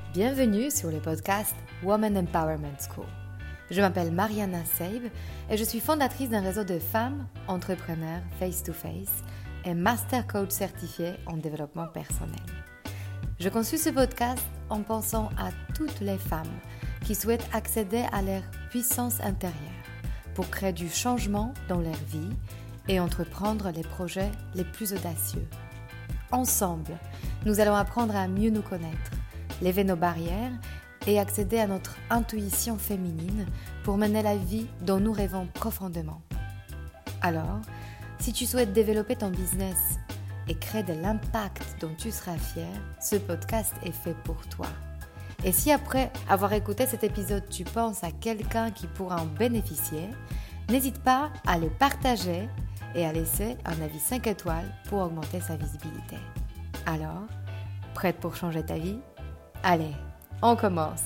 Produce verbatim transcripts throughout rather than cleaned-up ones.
Bienvenue sur le podcast Women Empowerment School. Je m'appelle Mariana Seib et je suis fondatrice d'un réseau de femmes entrepreneurs face-to-face et master coach certifié en développement personnel. Je conçus ce podcast en pensant à toutes les femmes qui souhaitent accéder à leur puissance intérieure pour créer du changement dans leur vie et entreprendre les projets les plus audacieux. Ensemble, nous allons apprendre à mieux nous connaître, lever nos barrières et accéder à notre intuition féminine pour mener la vie dont nous rêvons profondément. Alors, si tu souhaites développer ton business et créer de l'impact dont tu seras fier, ce podcast est fait pour toi. Et si après avoir écouté cet épisode, tu penses à quelqu'un qui pourra en bénéficier, n'hésite pas à le partager et à laisser un avis cinq étoiles pour augmenter sa visibilité. Alors, prête pour changer ta vie ? Allez, on commence.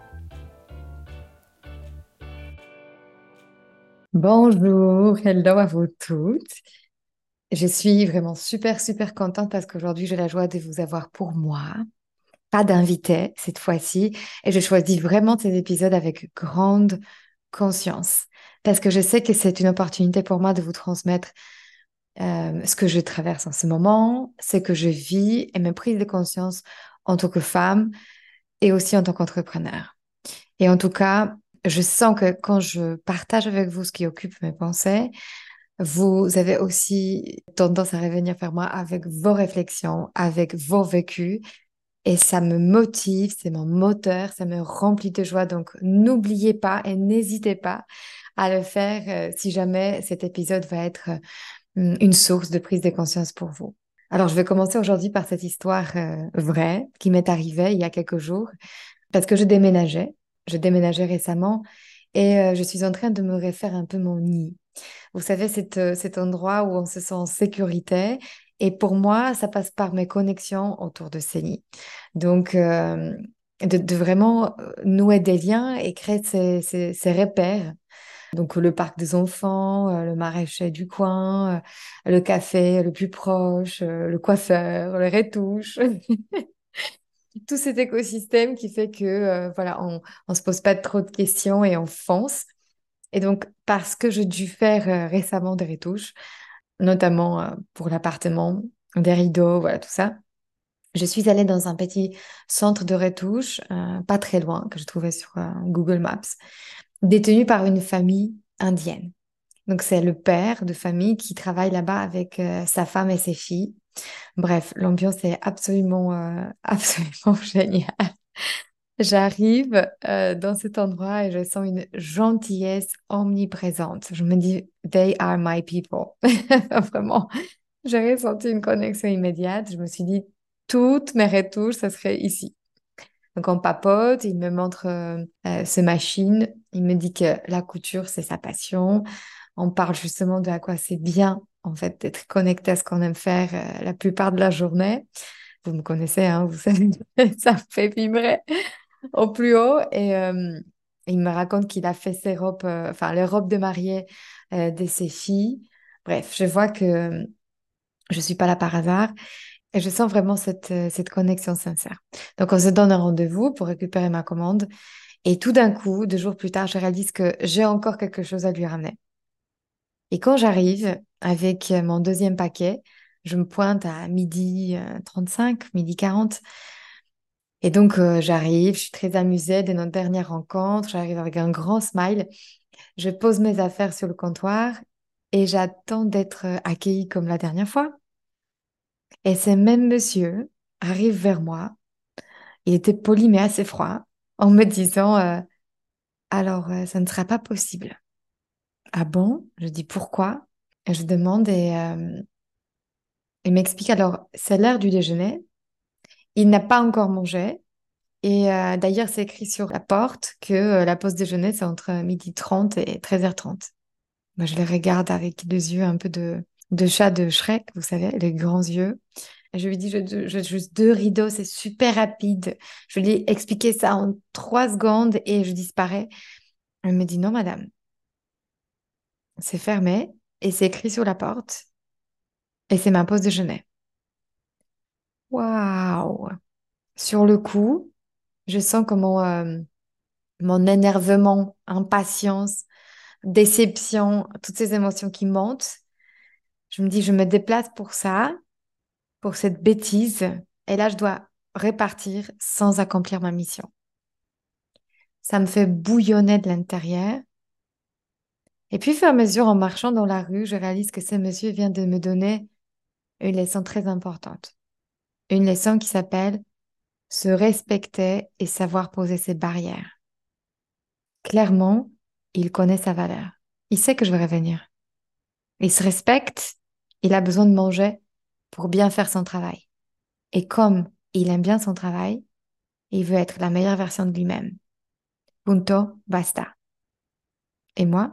Bonjour, hello à vous toutes. Je suis vraiment super, super contente parce qu'aujourd'hui, j'ai la joie de vous avoir pour moi. Pas d'invité cette fois-ci. Et je choisis vraiment ces épisodes avec grande conscience. Parce que je sais que c'est une opportunité pour moi de vous transmettre euh, ce que je traverse en ce moment, ce que je vis et mes prises de conscience en tant que femme et aussi en tant qu'entrepreneur. Et en tout cas, je sens que quand je partage avec vous ce qui occupe mes pensées, vous avez aussi tendance à revenir vers moi avec vos réflexions, avec vos vécus. Et ça me motive, c'est mon moteur, ça me remplit de joie. Donc, n'oubliez pas et n'hésitez pas à le faire euh, si jamais cet épisode va être euh, une source de prise de conscience pour vous. Alors, je vais commencer aujourd'hui par cette histoire euh, vraie qui m'est arrivée il y a quelques jours parce que je déménageais. Je déménageais récemment et euh, je suis en train de me refaire un peu mon nid. Vous savez, cet, euh, cet endroit où on se sent en sécurité. Et pour moi, ça passe par mes connexions autour de ces nids. Donc, euh, de, de vraiment euh, nouer des liens et créer ces, ces, ces repères. Donc, le parc des enfants, euh, le maraîcher du coin, euh, le café le plus proche, euh, le coiffeur, le retouche. Tout cet écosystème qui fait que, euh, voilà, on ne se pose pas trop de questions et on fonce. Et donc, parce que j'ai dû faire euh, récemment des retouches, notamment euh, pour l'appartement, des rideaux, voilà, tout ça, je suis allée dans un petit centre de retouche, euh, pas très loin, que je trouvais sur euh, Google Maps, détenu par une famille indienne. Donc, c'est le père de famille qui travaille là-bas avec euh, sa femme et ses filles. Bref, l'ambiance est absolument, euh, absolument géniale. J'arrive euh, dans cet endroit et je sens une gentillesse omniprésente. Je me dis, they are my people. Vraiment, j'ai ressenti une connexion immédiate. Je me suis dit, toutes mes retouches, ça serait ici. Donc on papote, il me montre euh, euh, ses machines, il me dit que la couture, c'est sa passion. On parle justement de à quoi c'est bien, en fait, d'être connecté à ce qu'on aime faire euh, la plupart de la journée. Vous me connaissez, hein, vous savez, ça me fait vibrer au plus haut. Et euh, il me raconte qu'il a fait ses robes, euh, enfin les robes de mariée euh, de ses filles. Bref, je vois que euh, je suis pas là par hasard et je sens vraiment cette, euh, cette connexion sincère. Donc on se donne un rendez-vous pour récupérer ma commande. Et tout d'un coup, deux jours plus tard, je réalise que j'ai encore quelque chose à lui ramener. Et quand j'arrive avec euh, mon deuxième paquet, je me pointe à midi euh, trente-cinq, midi quarante. Et donc, euh, j'arrive, je suis très amusée de notre dernière rencontre. J'arrive avec un grand smile. Je pose mes affaires sur le comptoir et j'attends d'être euh, accueillie comme la dernière fois. Et ce même monsieur arrive vers moi. Il était poli mais assez froid en me disant euh, alors, euh, ça ne sera pas possible. Ah bon? Je dis pourquoi? Et je demande et euh, il m'explique alors, c'est l'heure du déjeuner. Il n'a pas encore mangé. Et euh, d'ailleurs, c'est écrit sur la porte que euh, la pause déjeuner, c'est entre midi trente et treize heures trente. Moi, je les regarde avec des yeux un peu de, de chat de Shrek, vous savez, les grands yeux. Et je lui dis, je, je, je- juste deux rideaux, c'est super rapide. Je lui ai expliqué ça en trois secondes et je disparais. Elle me dit, non, madame, c'est fermé et c'est écrit sur la porte et c'est ma pause déjeuner. Waouh! Sur le coup, Je sens comment euh, mon énervement, impatience, déception, toutes ces émotions qui montent. Je me dis, je me déplace pour ça, pour cette bêtise. Et là, je dois repartir sans accomplir ma mission. Ça me fait bouillonner de l'intérieur. Et puis, au fur et à mesure, en marchant dans la rue, je réalise que ce monsieur vient de me donner une leçon très importante. Une leçon qui s'appelle se respecter et savoir poser ses barrières. Clairement, il connaît sa valeur. Il sait que je vais revenir. Il se respecte. Il a besoin de manger pour bien faire son travail. Et comme il aime bien son travail, il veut être la meilleure version de lui-même. Punto, basta. Et moi?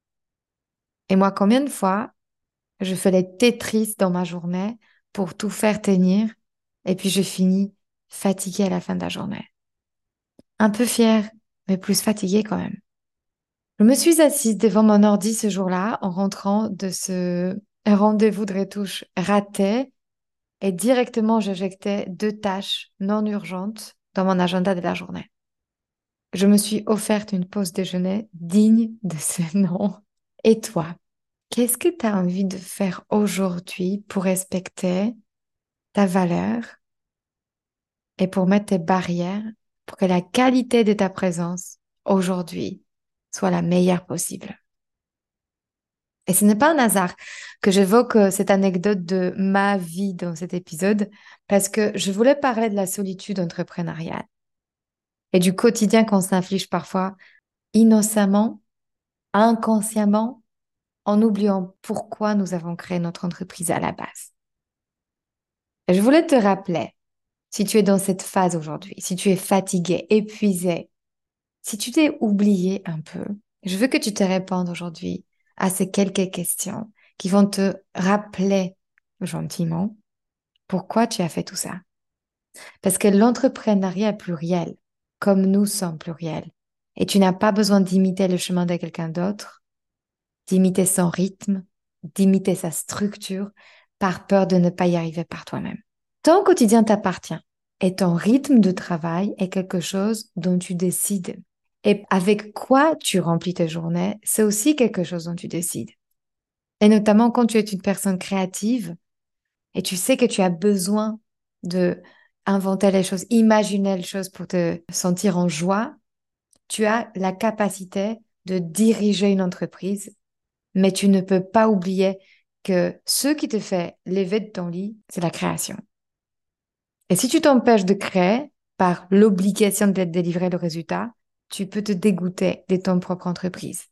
Et moi, combien de fois je fais les Tetris dans ma journée pour tout faire tenir et puis je finis fatiguée à la fin de la journée. Un peu fière, mais plus fatiguée quand même. Je me suis assise devant mon ordi ce jour-là en rentrant de ce rendez-vous de retouche raté et directement j'éjectais deux tâches non urgentes dans mon agenda de la journée. Je me suis offerte une pause déjeuner digne de ce nom. Et toi, qu'est-ce que tu as envie de faire aujourd'hui pour respecter ta valeur et pour mettre tes barrières pour que la qualité de ta présence aujourd'hui soit la meilleure possible? Et ce n'est pas un hasard que j'évoque euh, cette anecdote de ma vie dans cet épisode, parce que je voulais parler de la solitude entrepreneuriale et du quotidien qu'on s'inflige parfois innocemment, inconsciemment, en oubliant pourquoi nous avons créé notre entreprise à la base. Et je voulais te rappeler, si tu es dans cette phase aujourd'hui, si tu es fatigué, épuisé, si tu t'es oublié un peu, je veux que tu te répondes aujourd'hui à ces quelques questions qui vont te rappeler gentiment pourquoi tu as fait tout ça. Parce que l'entrepreneuriat est pluriel, comme nous sommes pluriels. Et tu n'as pas besoin d'imiter le chemin de quelqu'un d'autre, d'imiter son rythme, d'imiter sa structure, par peur de ne pas y arriver par toi-même. Ton quotidien t'appartient et ton rythme de travail est quelque chose dont tu décides. Et avec quoi tu remplis tes journées, c'est aussi quelque chose dont tu décides. Et notamment quand tu es une personne créative et tu sais que tu as besoin de inventer les choses, imaginer les choses pour te sentir en joie, tu as la capacité de diriger une entreprise, mais tu ne peux pas oublier que ce qui te fait lever de ton lit, c'est la création. Et si tu t'empêches de créer par l'obligation de délivrer le résultat, tu peux te dégoûter de ton propre entreprise.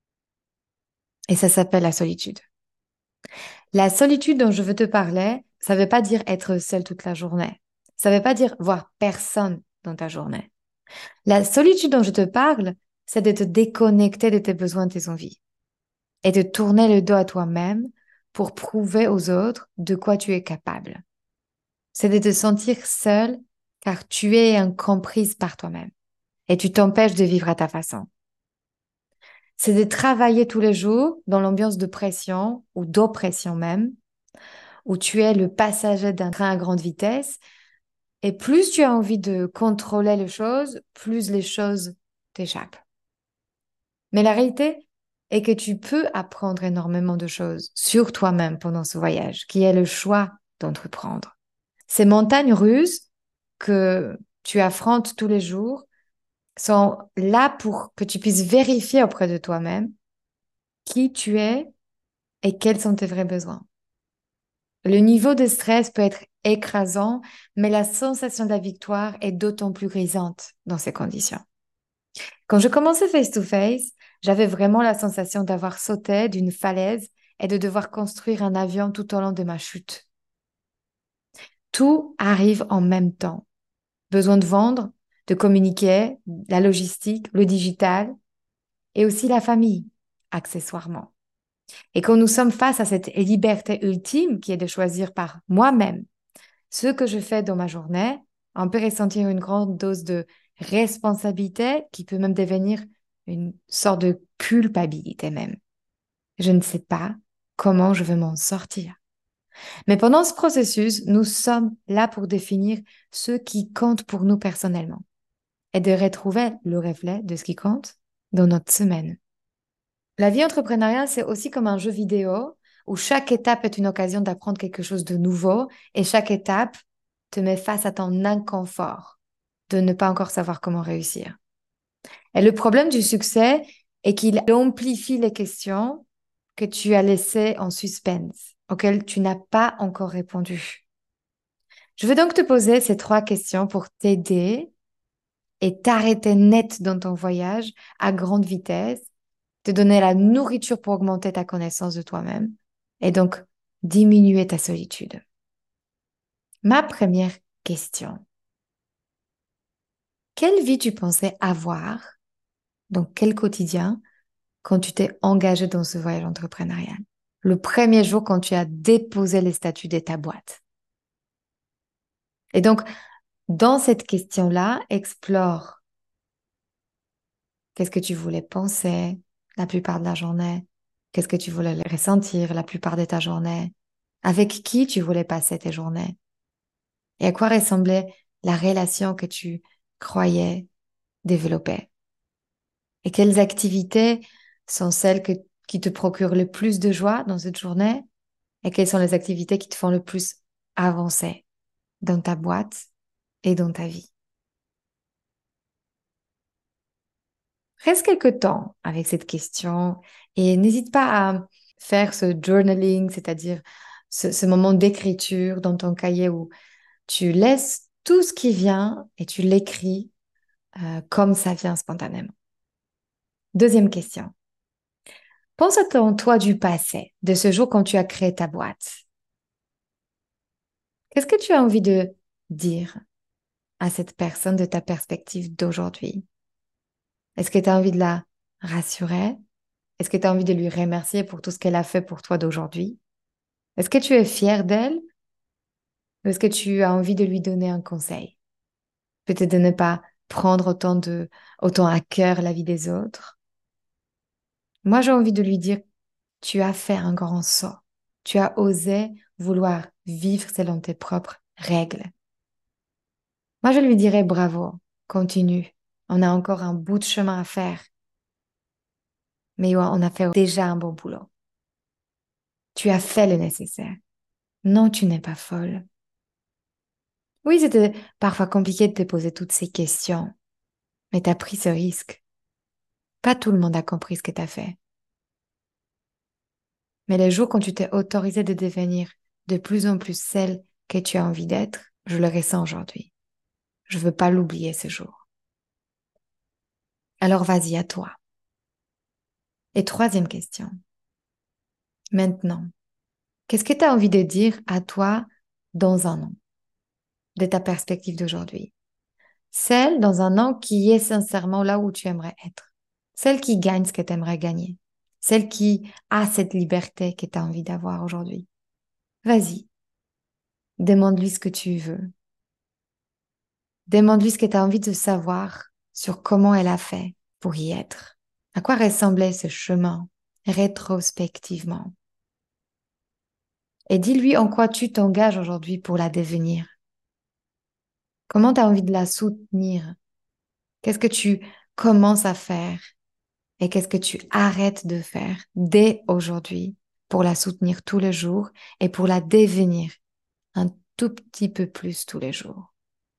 Et ça s'appelle la solitude. La solitude dont je veux te parler, ça ne veut pas dire être seul toute la journée. Ça ne veut pas dire voir personne dans ta journée. La solitude dont je te parle, c'est de te déconnecter de tes besoins, de tes envies et de tourner le dos à toi-même pour prouver aux autres de quoi tu es capable. C'est de te sentir seul car tu es incomprise par toi-même et tu t'empêches de vivre à ta façon. C'est de travailler tous les jours dans l'ambiance de pression ou d'oppression même, où tu es le passager d'un train à grande vitesse et plus tu as envie de contrôler les choses, plus les choses t'échappent. Mais la réalité est que tu peux apprendre énormément de choses sur toi-même pendant ce voyage, qui est le choix d'entreprendre. Ces montagnes russes que tu affrontes tous les jours sont là pour que tu puisses vérifier auprès de toi-même qui tu es et quels sont tes vrais besoins. Le niveau de stress peut être écrasant, mais la sensation de la victoire est d'autant plus grisante dans ces conditions. Quand je commençais Face to Face, j'avais vraiment la sensation d'avoir sauté d'une falaise et de devoir construire un avion tout au long de ma chute. Tout arrive en même temps. Besoin de vendre, de communiquer, la logistique, le digital et aussi la famille, accessoirement. Et quand nous sommes face à cette liberté ultime qui est de choisir par moi-même ce que je fais dans ma journée, on peut ressentir une grande dose de responsabilité qui peut même devenir une sorte de culpabilité même. Je ne sais pas comment je vais m'en sortir. Mais pendant ce processus, nous sommes là pour définir ce qui compte pour nous personnellement. et de retrouver le reflet de ce qui compte dans notre semaine. La vie entrepreneuriale, c'est aussi comme un jeu vidéo où chaque étape est une occasion d'apprendre quelque chose de nouveau et chaque étape te met face à ton inconfort de ne pas encore savoir comment réussir. Et le problème du succès est qu'il amplifie les questions que tu as laissées en suspense, auxquelles tu n'as pas encore répondu. Je vais donc te poser ces trois questions pour t'aider et t'arrêter net dans ton voyage à grande vitesse, te donner la nourriture pour augmenter ta connaissance de toi-même et donc diminuer ta solitude. Ma première question. Quelle vie tu pensais avoir, donc quel quotidien, quand tu t'es engagé dans ce voyage entrepreneurial? Le premier jour quand tu as déposé les statuts de ta boîte. Et donc, dans cette question-là, explore qu'est-ce que tu voulais penser la plupart de la journée, qu'est-ce que tu voulais ressentir la plupart de ta journée, avec qui tu voulais passer tes journées, et à quoi ressemblait la relation que tu croyais développer. Et quelles activités sont celles que, qui te procurent le plus de joie dans cette journée, et quelles sont les activités qui te font le plus avancer dans ta boîte et dans ta vie. Reste quelque temps avec cette question et n'hésite pas à faire ce journaling, c'est-à-dire ce, ce moment d'écriture dans ton cahier où tu laisses tout ce qui vient et tu l'écris euh, comme ça vient spontanément. Deuxième question. Pense à ton toi du passé, de ce jour quand tu as créé ta boîte. Qu'est-ce que tu as envie de dire à cette personne de ta perspective d'aujourd'hui? Est-ce que tu as envie de la rassurer? Est-ce que tu as envie de lui remercier pour tout ce qu'elle a fait pour toi d'aujourd'hui? Est-ce que tu es fier d'elle? Ou est-ce que tu as envie de lui donner un conseil? Peut-être de ne pas prendre autant de, autant à cœur la vie des autres. Moi, j'ai envie de lui dire, tu as fait un grand saut. Tu as osé vouloir vivre selon tes propres règles. Moi, je lui dirais bravo, continue. On a encore un bout de chemin à faire. Mais on a fait déjà un bon boulot. Tu as fait le nécessaire. Non, tu n'es pas folle. Oui, c'était parfois compliqué de te poser toutes ces questions, mais tu as pris ce risque. Pas tout le monde a compris ce que tu as fait. Mais les jours quand tu t'es autorisé de devenir de plus en plus celle que tu as envie d'être, je le ressens aujourd'hui. Je veux pas l'oublier ce jour. Alors vas-y, à toi. Et troisième question. Maintenant, qu'est-ce que tu as envie de dire à toi dans un an, de ta perspective d'aujourd'hui? Celle dans un an qui est sincèrement là où tu aimerais être. Celle qui gagne ce que tu aimerais gagner. Celle qui a cette liberté que tu as envie d'avoir aujourd'hui. Vas-y, demande-lui ce que tu veux. Demande-lui ce que tu as envie de savoir sur comment elle a fait pour y être. À quoi ressemblait ce chemin rétrospectivement? Et dis-lui en quoi tu t'engages aujourd'hui pour la devenir. Comment tu as envie de la soutenir? Qu'est-ce que tu commences à faire? Et qu'est-ce que tu arrêtes de faire dès aujourd'hui pour la soutenir tous les jours et pour la devenir un tout petit peu plus tous les jours?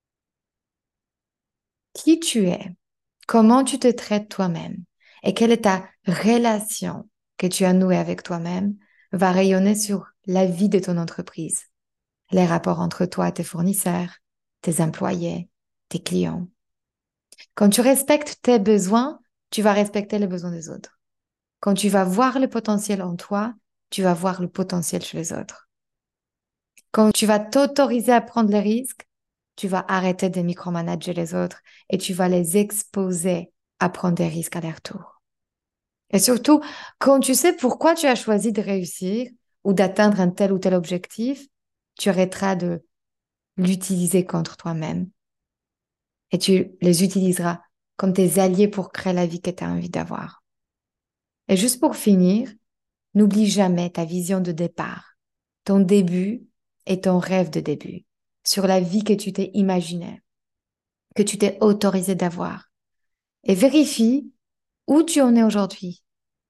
Qui tu es? Comment tu te traites toi-même? Et quelle est ta relation que tu as nouée avec toi-même va rayonner sur la vie de ton entreprise, les rapports entre toi et tes fournisseurs, tes employés, tes clients. Quand tu respectes tes besoins, tu vas respecter les besoins des autres. Quand tu vas voir le potentiel en toi, tu vas voir le potentiel chez les autres. Quand tu vas t'autoriser à prendre les risques, tu vas arrêter de micromanager les autres et tu vas les exposer à prendre des risques à leur tour. Et surtout, quand tu sais pourquoi tu as choisi de réussir ou d'atteindre un tel ou tel objectif, tu arrêteras de l'utiliser contre toi-même et tu les utiliseras comme tes alliés pour créer la vie que tu as envie d'avoir. Et juste pour finir, n'oublie jamais ta vision de départ, ton début et ton rêve de début, sur la vie que tu t'es imaginée. que tu t'es autorisé d'avoir. Et vérifie où tu en es aujourd'hui.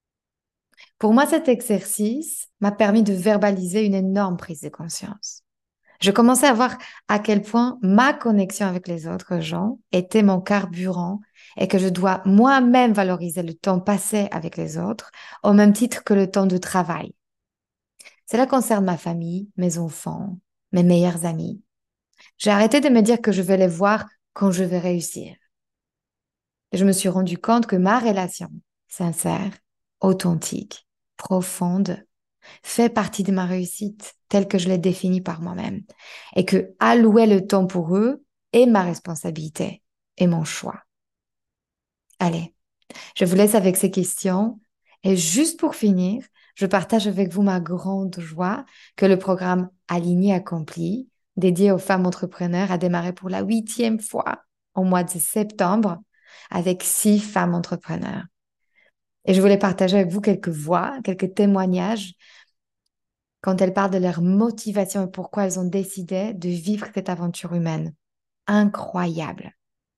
Pour moi, cet exercice m'a permis de verbaliser une énorme prise de conscience. Je commençais à voir à quel point ma connexion avec les autres gens était mon carburant et que je dois moi-même valoriser le temps passé avec les autres au même titre que le temps de travail. Cela concerne ma famille, mes enfants, mes meilleurs amis. J'ai arrêté de me dire que je vais les voir quand je vais réussir. Et je me suis rendu compte que ma relation sincère, authentique, profonde, fait partie de ma réussite telle que je l'ai définie par moi-même. Et que allouer le temps pour eux est ma responsabilité et mon choix. Allez, je vous laisse avec ces questions. Et juste pour finir, je partage avec vous ma grande joie que le programme Aligné accompli, dédié aux femmes entrepreneurs, a démarré pour la huitième fois au mois de septembre avec six femmes entrepreneurs. Et je voulais partager avec vous quelques voix, quelques témoignages quand elles parlent de leur motivation et pourquoi elles ont décidé de vivre cette aventure humaine. Incroyable.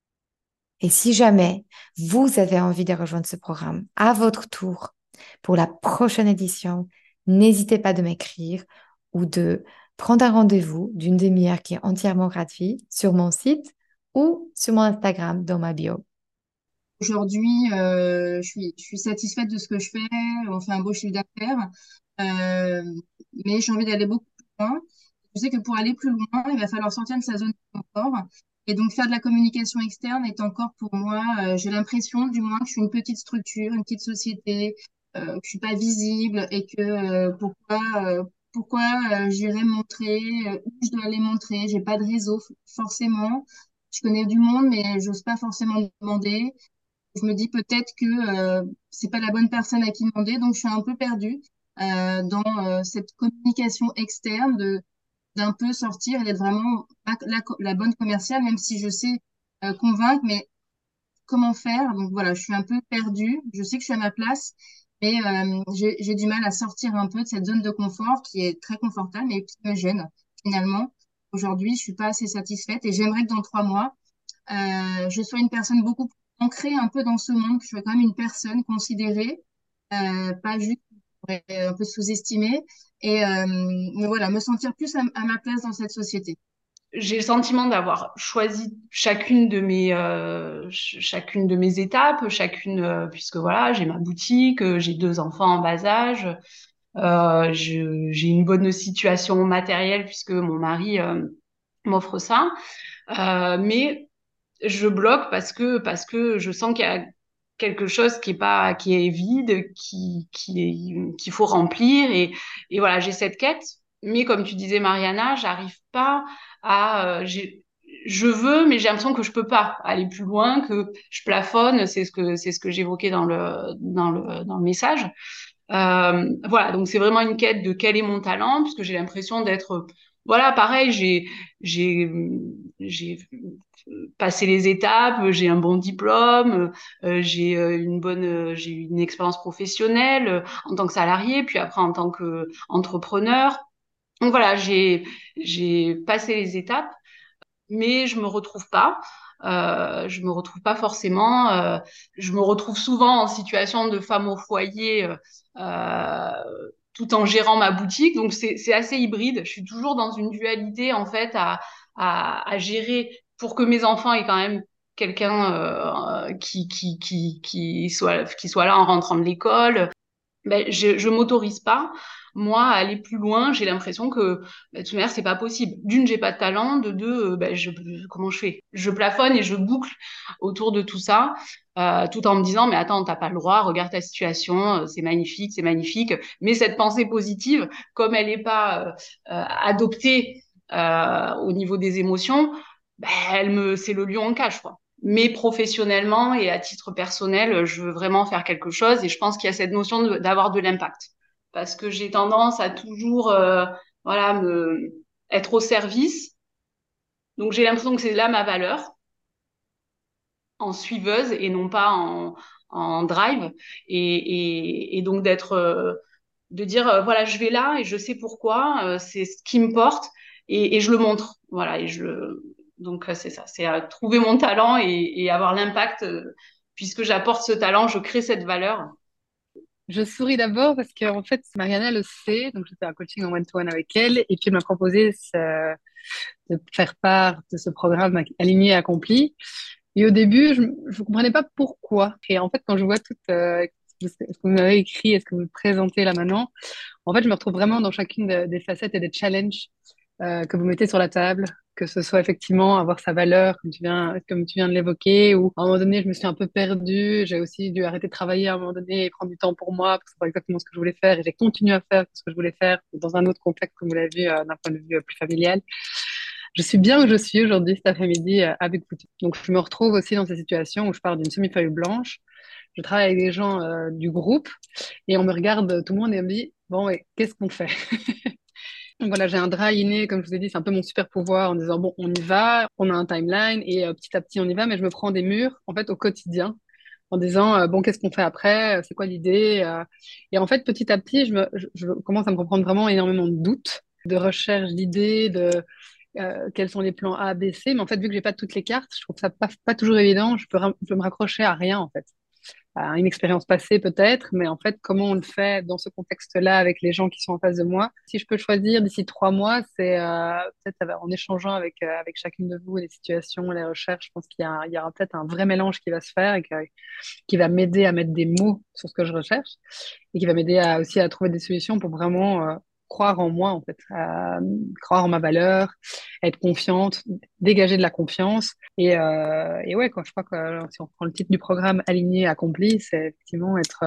Et si jamais vous avez envie de rejoindre ce programme à votre tour pour la prochaine édition, n'hésitez pas de m'écrire ou de prendre un rendez-vous d'une demi-heure qui est entièrement gratuit sur mon site ou sur mon Instagram dans ma bio. Aujourd'hui, euh, je suis, je suis satisfaite de ce que je fais. On fait un beau chiffre d'affaires. Euh, mais j'ai envie d'aller beaucoup plus loin. Je sais que pour aller plus loin, il va falloir sortir de sa zone de confort. Et donc, faire de la communication externe est encore pour moi, euh, j'ai l'impression, du moins, que je suis une petite structure, une petite société, euh, que je suis pas visible et que euh, pourquoi, euh, pourquoi euh, j'irais me montrer, euh, où je dois aller montrer. J'ai pas de réseau forcément. Je connais du monde, mais j'ose pas forcément demander. Je me dis peut-être que euh, c'est pas la bonne personne à qui demander, donc je suis un peu perdue euh, dans euh, cette communication externe de d'un peu sortir et d'être vraiment la, la, la bonne commerciale, même si je sais euh, convaincre, mais comment faire? Donc voilà, je suis un peu perdue. Je sais que je suis à ma place, mais euh, j'ai j'ai du mal à sortir un peu de cette zone de confort qui est très confortable, mais qui me gêne finalement. Aujourd'hui, je suis pas assez satisfaite et j'aimerais que dans trois mois euh, je sois une personne beaucoup plus ancrée un peu dans ce monde, que je sois quand même une personne considérée, euh, pas juste euh, un peu sous-estimée, et euh, mais voilà, me sentir plus à, à ma place dans cette société. J'ai le sentiment d'avoir choisi chacune de mes euh, ch- chacune de mes étapes, chacune euh, puisque voilà, j'ai ma boutique, euh, j'ai deux enfants en bas âge, euh, je- j'ai une bonne situation matérielle puisque mon mari euh, m'offre ça. Euh, mais je bloque parce que parce que je sens qu'il y a quelque chose qui est pas qui est vide, qui qui est qu'il faut remplir et et voilà, j'ai cette quête, mais comme tu disais Mariana, j'arrive pas à euh, j'ai je veux mais j'ai l'impression que je peux pas aller plus loin, que je plafonne, c'est ce que c'est ce que j'évoquais dans le dans le dans le message. Euh, voilà, donc c'est vraiment une quête de quel est mon talent, puisque j'ai l'impression d'être, voilà, pareil, j'ai, j'ai, j'ai passé les étapes, j'ai un bon diplôme, euh, j'ai euh, une bonne, euh, j'ai eu une expérience professionnelle euh, en tant que salarié, puis après en tant qu'entrepreneur. Donc voilà, j'ai, j'ai passé les étapes, mais je me retrouve pas. Euh, je me retrouve pas forcément. Euh, je me retrouve souvent en situation de femme au foyer, euh, euh, tout en gérant ma boutique. Donc c'est c'est assez hybride. Je suis toujours dans une dualité en fait à à, à gérer pour que mes enfants aient quand même quelqu'un euh, qui qui qui qui soit qui soit là en rentrant de l'école. Ben, je, je m'autorise pas, moi, à aller plus loin. J'ai l'impression que, ben, de toute manière, c'est pas possible. D'une, j'ai pas de talent. De deux, euh, ben, je, comment je fais? Je plafonne et je boucle autour de tout ça, euh, tout en me disant, mais attends, t'as pas le droit, regarde ta situation, euh, c'est magnifique, c'est magnifique. Mais cette pensée positive, comme elle est pas euh, euh, adoptée euh, au niveau des émotions, ben, elle me, c'est le lion en cage, quoi. Mais professionnellement et à titre personnel, je veux vraiment faire quelque chose et je pense qu'il y a cette notion de- d'avoir de l'impact. Parce que j'ai tendance à toujours euh, voilà, me, être au service. Donc j'ai l'impression que c'est là ma valeur, en suiveuse et non pas en, en drive. Et, et, et donc d'être, euh, de dire, euh, voilà, je vais là et je sais pourquoi, euh, c'est ce qui me porte et, et je le montre. Voilà, et je, Donc, euh, c'est ça, c'est euh, trouver mon talent et, et avoir l'impact. Euh, puisque j'apporte ce talent, je crée cette valeur. Je souris d'abord parce qu'en fait, Mariana le sait, donc je fais un coaching en one-to-one avec elle, et puis elle m'a proposé ce- de faire part de ce programme Aligné et Accompli. Et au début, je ne comprenais pas pourquoi. Et en fait, quand je vois tout euh, ce que vous m'avez écrit et ce que vous présentez là maintenant, en fait, je me retrouve vraiment dans chacune de- des facettes et des challenges euh, que vous mettez sur la table, que ce soit effectivement avoir sa valeur, comme tu viens, comme tu viens de l'évoquer, ou à un moment donné, je me suis un peu perdue, j'ai aussi dû arrêter de travailler à un moment donné et prendre du temps pour moi, pour savoir exactement ce que je voulais faire, et j'ai continué à faire ce que je voulais faire dans un autre contexte, comme vous l'avez vu, euh, d'un point de vue euh, plus familial. Je suis bien où je suis aujourd'hui, cet après-midi, euh, avec vous. Donc, je me retrouve aussi dans ces situations où je pars d'une semi-feuille blanche, je travaille avec des gens euh, du groupe, et on me regarde, tout le monde, et on me dit, bon, ouais, qu'est-ce qu'on fait? Donc voilà, j'ai un drap inné, comme je vous ai dit, c'est un peu mon super pouvoir en disant, bon, on y va, on a un timeline et euh, petit à petit on y va, mais je me prends des murs, en fait, au quotidien, en disant, euh, bon, qu'est-ce qu'on fait après? Euh, C'est quoi l'idée? Euh, Et en fait, petit à petit, je, me, je, je commence à me prendre vraiment énormément de doutes, de recherche d'idées, de euh, quels sont les plans A, B, C, mais en fait, vu que j'ai pas toutes les cartes, je trouve ça pas, pas toujours évident, je peux, ra- je peux me raccrocher à rien, en fait à une expérience passée peut-être, mais en fait, comment on le fait dans ce contexte-là avec les gens qui sont en face de moi. Si je peux choisir d'ici trois mois, c'est euh, peut-être euh, en échangeant avec, euh, avec chacune de vous les situations, les recherches, je pense qu'il y a, il y aura peut-être un vrai mélange qui va se faire et que- qui va m'aider à mettre des mots sur ce que je recherche et qui va m'aider à, aussi à trouver des solutions pour vraiment euh, croire en moi, en fait, à, croire en ma valeur, être confiante, dégager de la confiance. Et, euh, et ouais, quoi, je crois que euh, si on prend le titre du programme Aligné, Accompli, c'est effectivement être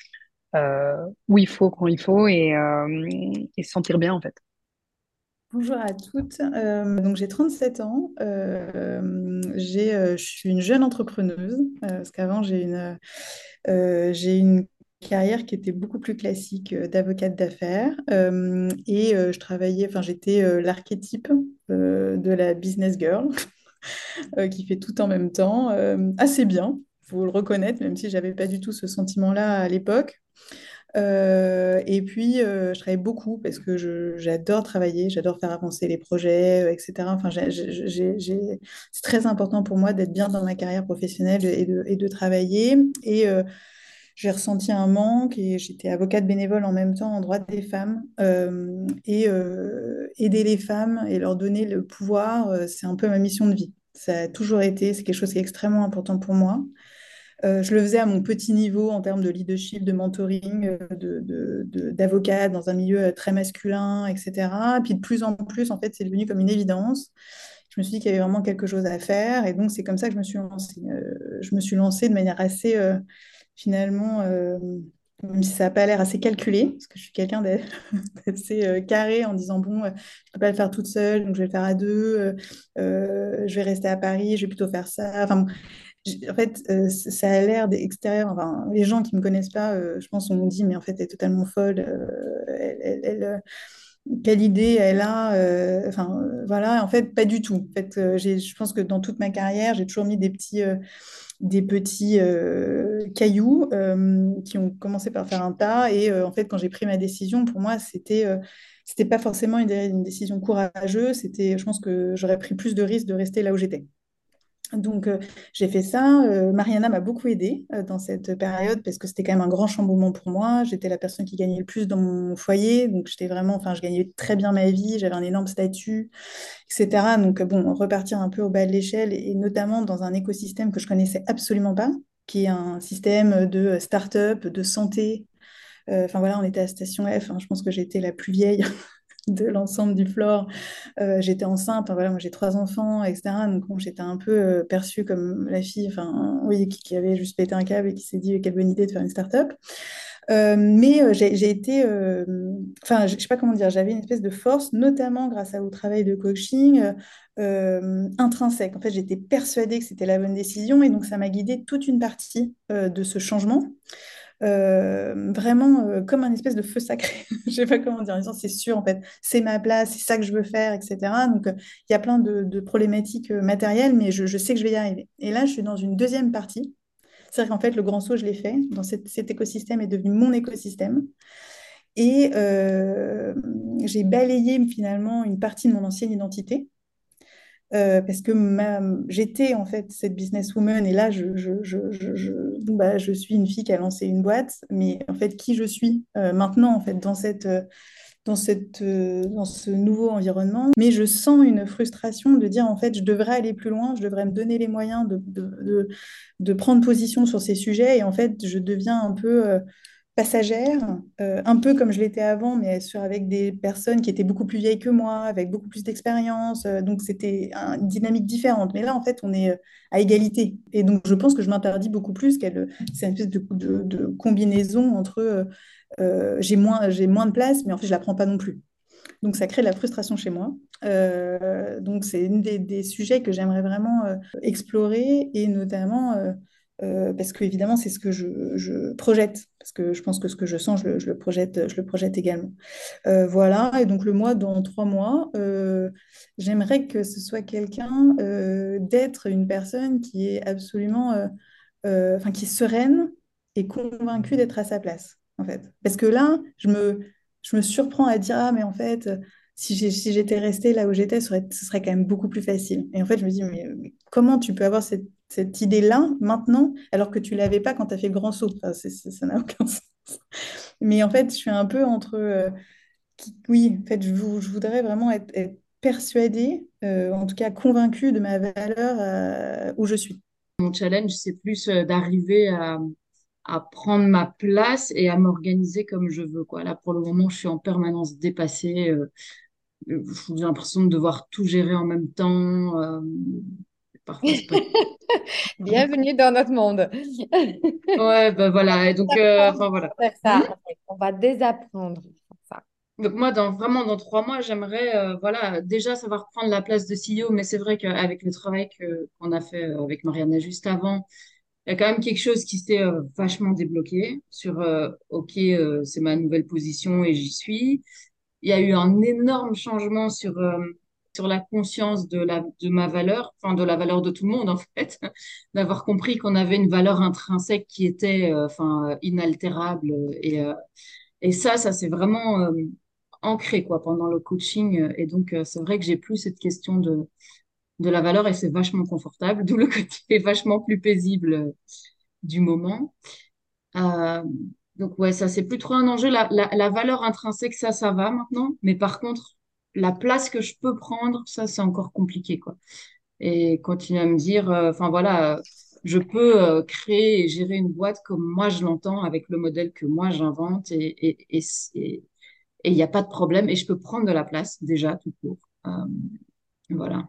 euh, où il faut, quand il faut et, euh, et se sentir bien, en fait. Bonjour à toutes. Euh, donc j'ai trente-sept ans. Euh, j'ai, euh, je suis une jeune entrepreneuse euh, parce qu'avant j'ai une, euh, j'ai une carrière qui était beaucoup plus classique euh, d'avocate d'affaires. Euh, et euh, je travaillais, enfin j'étais euh, l'archétype euh, de la business girl euh, qui fait tout en même temps, euh, assez bien, faut le reconnaître, même si j'avais pas du tout ce sentiment-là à l'époque. Euh, et puis, euh, je travaille beaucoup parce que je- j'adore travailler, j'adore faire avancer les projets, euh, et cetera. Enfin, j'ai- j'ai- j'ai- j'ai- c'est très important pour moi d'être bien dans ma carrière professionnelle et de, et de travailler. Et euh, j'ai ressenti un manque et j'étais avocate bénévole en même temps en droit des femmes. Euh, et euh, aider les femmes et leur donner le pouvoir, euh, c'est un peu ma mission de vie. Ça a toujours été, c'est quelque chose qui est extrêmement important pour moi. Euh, je le faisais à mon petit niveau en termes de leadership, de mentoring, euh, de, de- de- d'avocat dans un milieu euh, très masculin, et cetera. Puis de plus en plus, en fait, c'est devenu comme une évidence. Je me suis dit qu'il y avait vraiment quelque chose à faire et donc c'est comme ça que je me suis lancée. Euh, je me suis lancée de manière assez, euh, finalement, euh, même si ça n'a pas l'air assez calculé, parce que je suis quelqu'un d'a- d'assez euh, carré en disant, bon, euh, je ne peux pas le faire toute seule, donc je vais le faire à deux, euh, euh, je vais rester à Paris, je vais plutôt faire ça. Enfin, bon, j- en fait, euh, c- ça a l'air d'extérieur. Enfin, les gens qui ne me connaissent pas, euh, je pense, on me dit, mais en fait, elle est totalement folle. euh, elle, elle- elle, euh, quelle idée elle a. euh, Enfin, euh, voilà. En fait, pas du tout. En fait, euh, j'ai- je pense que dans toute ma carrière, j'ai toujours mis des petits, euh, des petits euh, cailloux euh, qui ont commencé par faire un tas. Et euh, en fait, quand j'ai pris ma décision, pour moi, c'était euh, c'était pas forcément une, une décision courageuse. C'était, je pense que j'aurais pris plus de risques de rester là où j'étais. Donc, euh, j'ai fait ça. Euh, Mariana m'a beaucoup aidée euh, dans cette période parce que c'était quand même un grand chamboulement pour moi. J'étais la personne qui gagnait le plus dans mon foyer. Donc, j'étais vraiment, enfin, je gagnais très bien ma vie. J'avais un énorme statut, et cetera. Donc, euh, bon, repartir un peu au bas de l'échelle et, et notamment dans un écosystème que je connaissais absolument pas, qui est un système de start-up, de santé. Euh, Enfin, voilà, on était à Station F. Hein, je pense que j'étais la plus vieille de l'ensemble du floor. Euh, j'étais enceinte, enfin, voilà, moi j'ai trois enfants, et cetera. Donc bon, j'étais un peu euh, perçue comme la fille, enfin oui, qui, qui avait juste pété un câble et qui s'est dit quelle bonne idée de faire une start-up. Euh, mais euh, j'ai j'ai été, euh, enfin je sais pas comment dire, j'avais une espèce de force, notamment grâce à- au travail de coaching euh, euh, intrinsèque. En fait, j'étais persuadée que c'était la bonne décision et donc ça m'a guidée toute une partie euh, de ce changement euh, vraiment euh, comme un espèce de feu sacré. Je sais pas comment dire, en disant c'est sûr, en fait, c'est ma place, c'est ça que je veux faire, et cetera. Donc, euh, il y a plein de, de problématiques euh, matérielles, mais je, je sais que je vais y arriver. Et là, je suis dans une deuxième partie. C'est-à-dire qu'en fait, le grand saut, je l'ai fait. Dans cet, cet écosystème est devenu mon écosystème. Et euh, j'ai balayé finalement une partie de mon ancienne identité. euh, parce que ma- j'étais en fait cette businesswoman et là je, je, je, je, je, bon, bah, je suis une fille qui a lancé une boîte, mais en fait qui je suis euh, maintenant en fait dans cette, euh, dans cette, euh, dans ce nouveau environnement. Mais je sens une frustration de dire en fait je devrais aller plus loin, je devrais me donner les moyens de, de, de, de prendre position sur ces sujets et en fait je deviens un peu euh, passagère, euh, un peu comme je l'étais avant, mais sur, avec des personnes qui étaient beaucoup plus vieilles que moi, avec beaucoup plus d'expérience. Euh, donc, c'était un- une dynamique différente. Mais là, en fait, on est euh, à égalité. Et donc, je pense que je m'interdis beaucoup plus qu'elle. C'est une espèce de, de- de combinaison entre euh, euh, j'ai moins, j'ai moins de place, mais en fait, je ne la prends pas non plus. Donc, ça crée de la frustration chez moi. Euh, donc, c'est une des, des sujets que j'aimerais vraiment euh, explorer et notamment euh, euh, parce que, évidemment, c'est ce que je, je projette. Parce que je pense que ce que je sens, je le, je le projette, je le projette également. Euh, voilà. Et donc, le mois, dans trois mois, euh, j'aimerais que ce soit quelqu'un euh, d'être une personne qui est absolument, euh, euh, enfin, qui est sereine et convaincue d'être à sa place, en fait. Parce que là, je me je me surprends à dire, ah, mais en fait, euh, si j'ai- si j'étais restée là où j'étais, ce serait, ce serait quand même beaucoup plus facile. Et en fait, je me dis, mais, mais comment tu peux avoir cette, cette idée-là maintenant, alors que tu l'avais pas quand tu as fait le grand saut? Enfin, c'est- c'est- ça n'a aucun sens. Mais en fait, je suis un peu entre, euh, qui- oui, en fait, je, vou- je voudrais vraiment être, être persuadée, euh, en tout cas convaincue de ma valeur, euh, où je suis. Mon challenge, c'est plus euh, d'arriver à, à prendre ma place et à m'organiser comme je veux, quoi. Là, pour le moment, je suis en permanence dépassée. Euh, euh, j'ai l'impression de devoir tout gérer en même temps. Euh, parfois, c'est pas... Bienvenue dans notre monde. Ouais, ben voilà. Et donc, euh, enfin voilà. Faire Hmm. ça, en fait. On va désapprendre ça. Donc moi, dans, vraiment, dans trois mois, j'aimerais euh, voilà, déjà savoir prendre la place de C E O, mais c'est vrai qu'avec le travail que, qu'on a fait euh, avec Mariana juste avant, il y a quand même quelque chose qui s'est euh, vachement débloqué sur euh, OK, euh, c'est ma nouvelle position et j'y suis. Il y a eu un énorme changement sur, euh, sur la conscience de, la, de ma valeur, enfin de la valeur de tout le monde en fait, d'avoir compris qu'on avait une valeur intrinsèque qui était euh, enfin, euh, inaltérable. Et, euh, et ça, ça s'est vraiment euh, ancré quoi, pendant le coaching. Et donc, euh, c'est vrai que j'ai plus cette question de, de la valeur et c'est vachement confortable, d'où le côté vachement plus paisible euh, du moment. Euh, donc ouais, ça c'est plus trop un enjeu. La, la, la valeur intrinsèque, ça, ça va maintenant. Mais par contre, la place que je peux prendre, ça c'est encore compliqué quoi. Et continuer à me dire, euh, enfin voilà, euh, je peux euh, créer et gérer une boîte comme moi je l'entends, avec le modèle que moi j'invente et et et et et il n'y a pas de problème. Et je peux prendre de la place déjà tout court. Euh, voilà,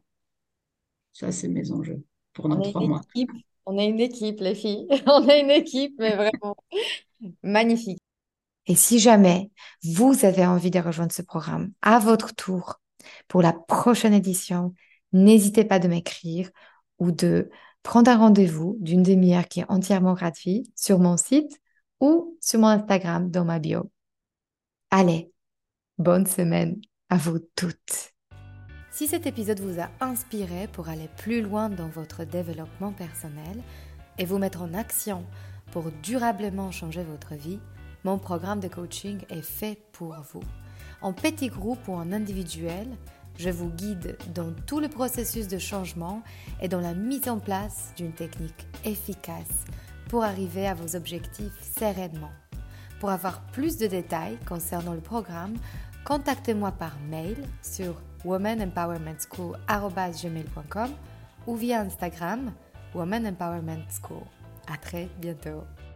ça c'est mes enjeux pour On nos est trois une mois. équipe. On est une équipe, les filles. On est une équipe, mais vraiment magnifique. Et si jamais vous avez envie de rejoindre ce programme à votre tour pour la prochaine édition, n'hésitez pas de m'écrire ou de prendre un rendez-vous d'une demi-heure qui est entièrement gratuit sur mon site ou sur mon Instagram dans ma bio. Allez, bonne semaine à vous toutes. Si cet épisode vous a inspiré pour aller plus loin dans votre développement personnel et vous mettre en action pour durablement changer votre vie, mon programme de coaching est fait pour vous. En petit groupe ou en individuel, je vous guide dans tout le processus de changement et dans la mise en place d'une technique efficace pour arriver à vos objectifs sereinement. Pour avoir plus de détails concernant le programme, contactez-moi par mail sur woman empowerment school arobase gmail point com ou via Instagram Woman Empowerment School. À très bientôt.